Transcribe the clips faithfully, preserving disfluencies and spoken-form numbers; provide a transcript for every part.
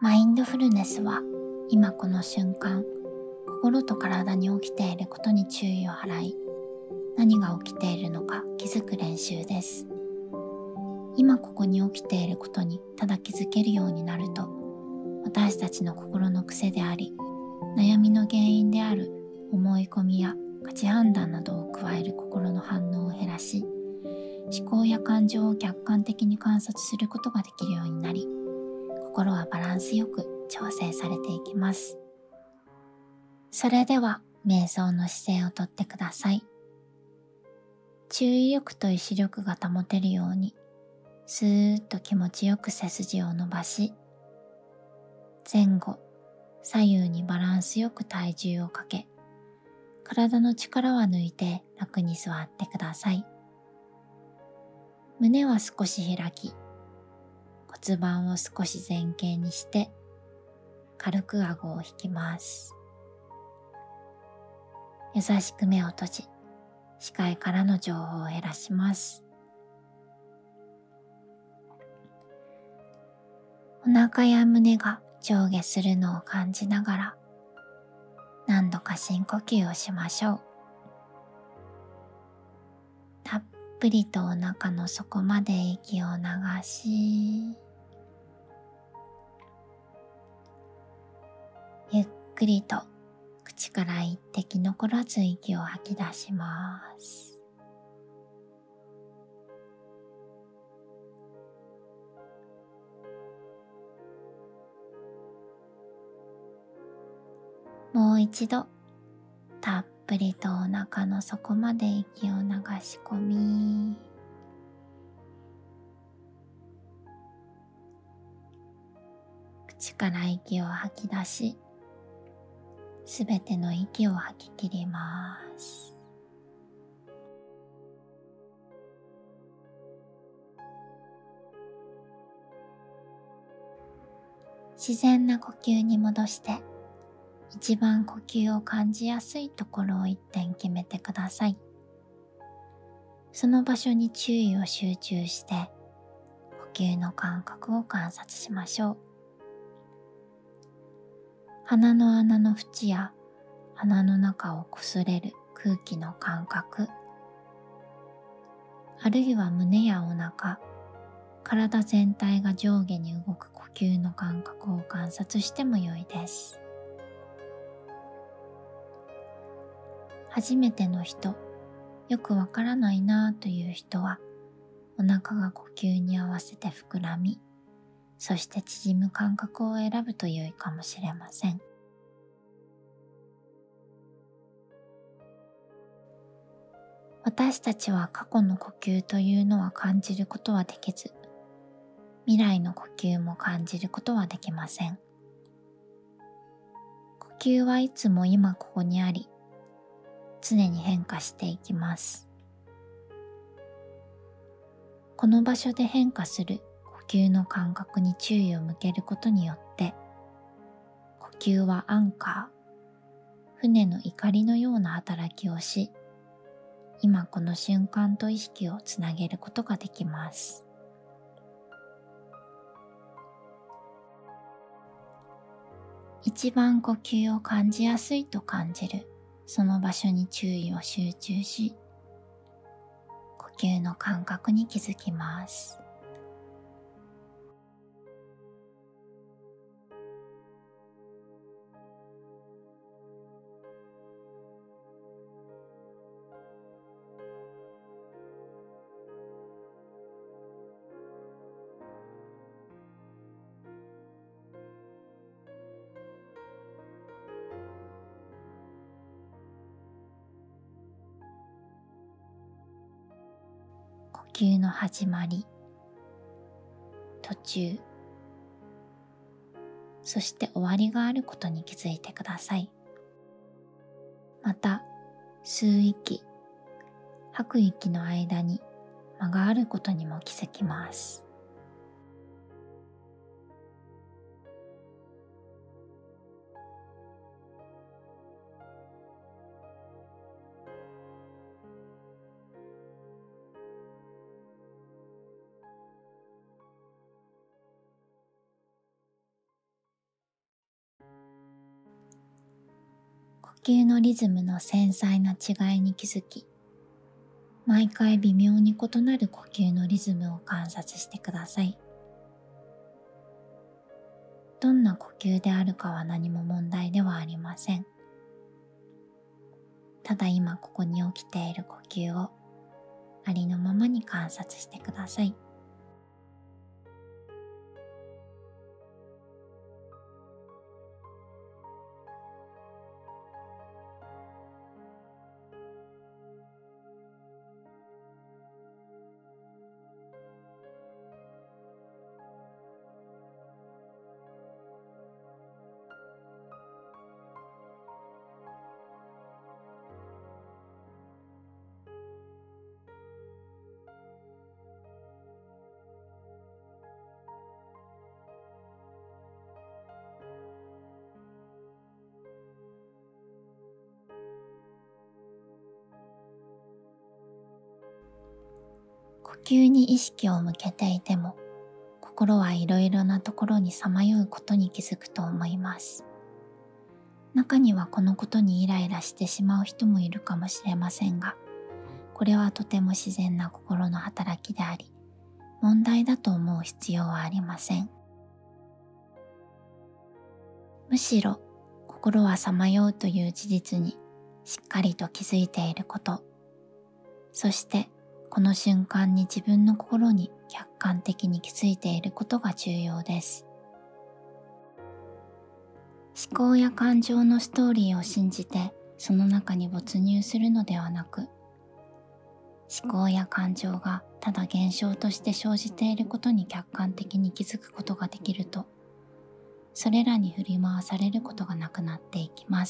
マインドフルネスは今この瞬間、心と体に起きていることに注意を払い、何が起きているのか気づく練習です。今ここに起きていることにただ気づけるようになると、私たちの心の癖であり、悩みの原因である思い込みや価値判断などを加える心の反応を減らし、思考や感情を客観的に観察することができるようになり、心はバランスよく調整されていきます。それでは瞑想の姿勢をとってください。注意力と意志力が保てるように、スーッと気持ちよく背筋を伸ばし、前後、左右にバランスよく体重をかけ、体の力は抜いて楽に座ってください。胸は少し開き、骨盤を少し前傾にして、軽く顎を引きます。優しく目を閉じ、視界からの情報を減らします。お腹や胸が上下するのを感じながら、何度か深呼吸をしましょう。たっぷりとお腹の底まで息を流し、ゆっくりと口から一滴残らず息を吐き出します。もう一度、たっぷりとお腹の底まで息を流し込み、口から息を吐き出し、すべての息を吐き切ります。自然な呼吸に戻して、一番呼吸を感じやすいところを一点決めてください。その場所に注意を集中して、呼吸の感覚を観察しましょう。鼻の穴の縁や鼻の中を擦れる空気の感覚、あるいは胸やお腹、体全体が上下に動く呼吸の感覚を観察しても良いです。初めての人、よくわからないなぁという人は、お腹が呼吸に合わせて膨らみ、そして縮む感覚を選ぶと良いかもしれません。私たちは過去の呼吸というのは感じることはできず、未来の呼吸も感じることはできません。呼吸はいつも今ここにあり、常に変化していきます。この場所で変化する呼吸の感覚に注意を向けることによって、呼吸はアンカー、船の怒りのような働きをし、今この瞬間と意識をつなげることができます。一番呼吸を感じやすいと感じるその場所に注意を集中し、呼吸の感覚に気づきます。呼吸の始まり、途中、そして終わりがあることに気づいてください。また、吸う息、吐く息の間に間があることにも気づきます。 吸のリズムの繊細な違いに気づき、毎回微妙に異なる呼吸のリズムを観察してください。どんな呼吸であるかは何も問題ではありません。ただ今ここに起きている呼吸をありのままに観察してください。呼吸に意識を向けていても、心はいろいろなところにさまようことに気づくと思います。中にはこのことにイライラしてしまう人もいるかもしれませんが、これはとても自然な心の働きであり、問題だと思う必要はありません。むしろ、心はさまようという事実にしっかりと気づいていること、そしてこの瞬間に自分の心に客観的に気づいていることが重要です。思考や感情のストーリーを信じてその中に没入するのではなく、思考や感情がただ現象として生じていることに客観的に気づくことができると、それらに振り回されることがなくなっていきます。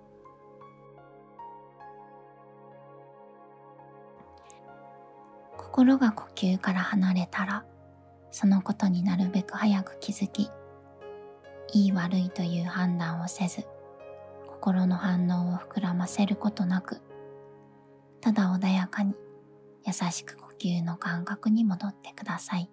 心が呼吸から離れたら、そのことになるべく早く気づき、いい悪いという判断をせず、心の反応を膨らませることなく、ただ穏やかに優しく呼吸の感覚に戻ってください。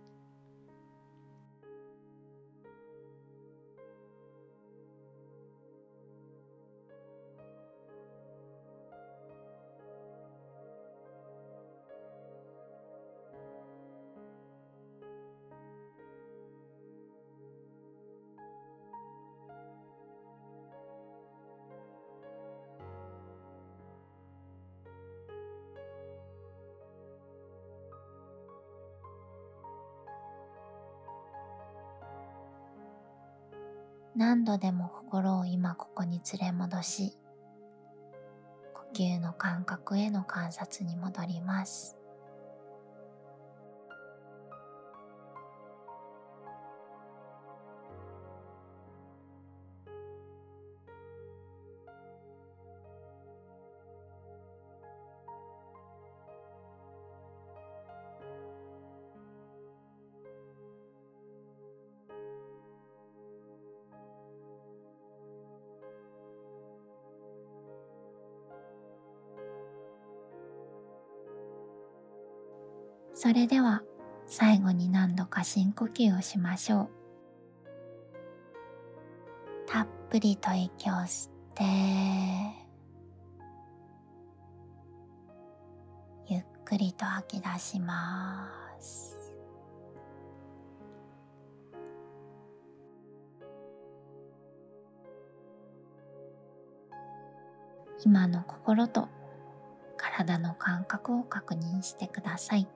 何度でも心を今ここに連れ戻し、呼吸の感覚への観察に戻ります。それでは最後に何度か深呼吸をしましょう。たっぷりと息を吸って、ゆっくりと吐き出します。今の心と体の感覚を確認してください。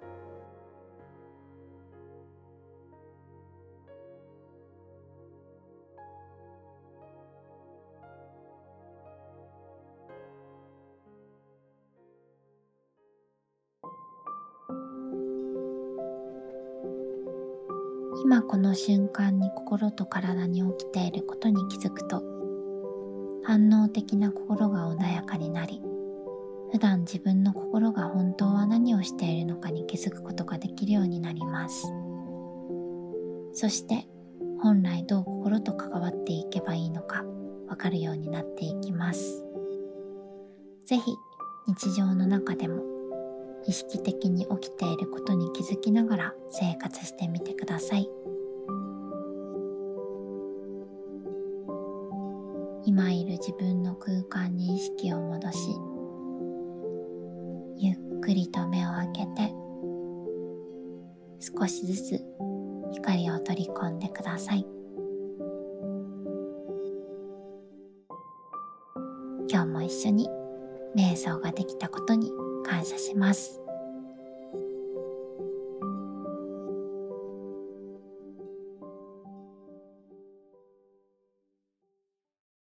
今この瞬間に心と体に起きていることに気づくと、反応的な心が穏やかになり、普段自分の心が本当は何をしているのかに気づくことができるようになります。そして本来どう心と関わっていけばいいのかわかるようになっていきます。ぜひ日常の中でも意識的に起きていることに気づきながら生活してみてください。 今いる自分の空間に意識を戻し、ゆっくりと目を開けて、少しずつ光を取り込んでください。今日も一緒に瞑想ができたことに感謝します。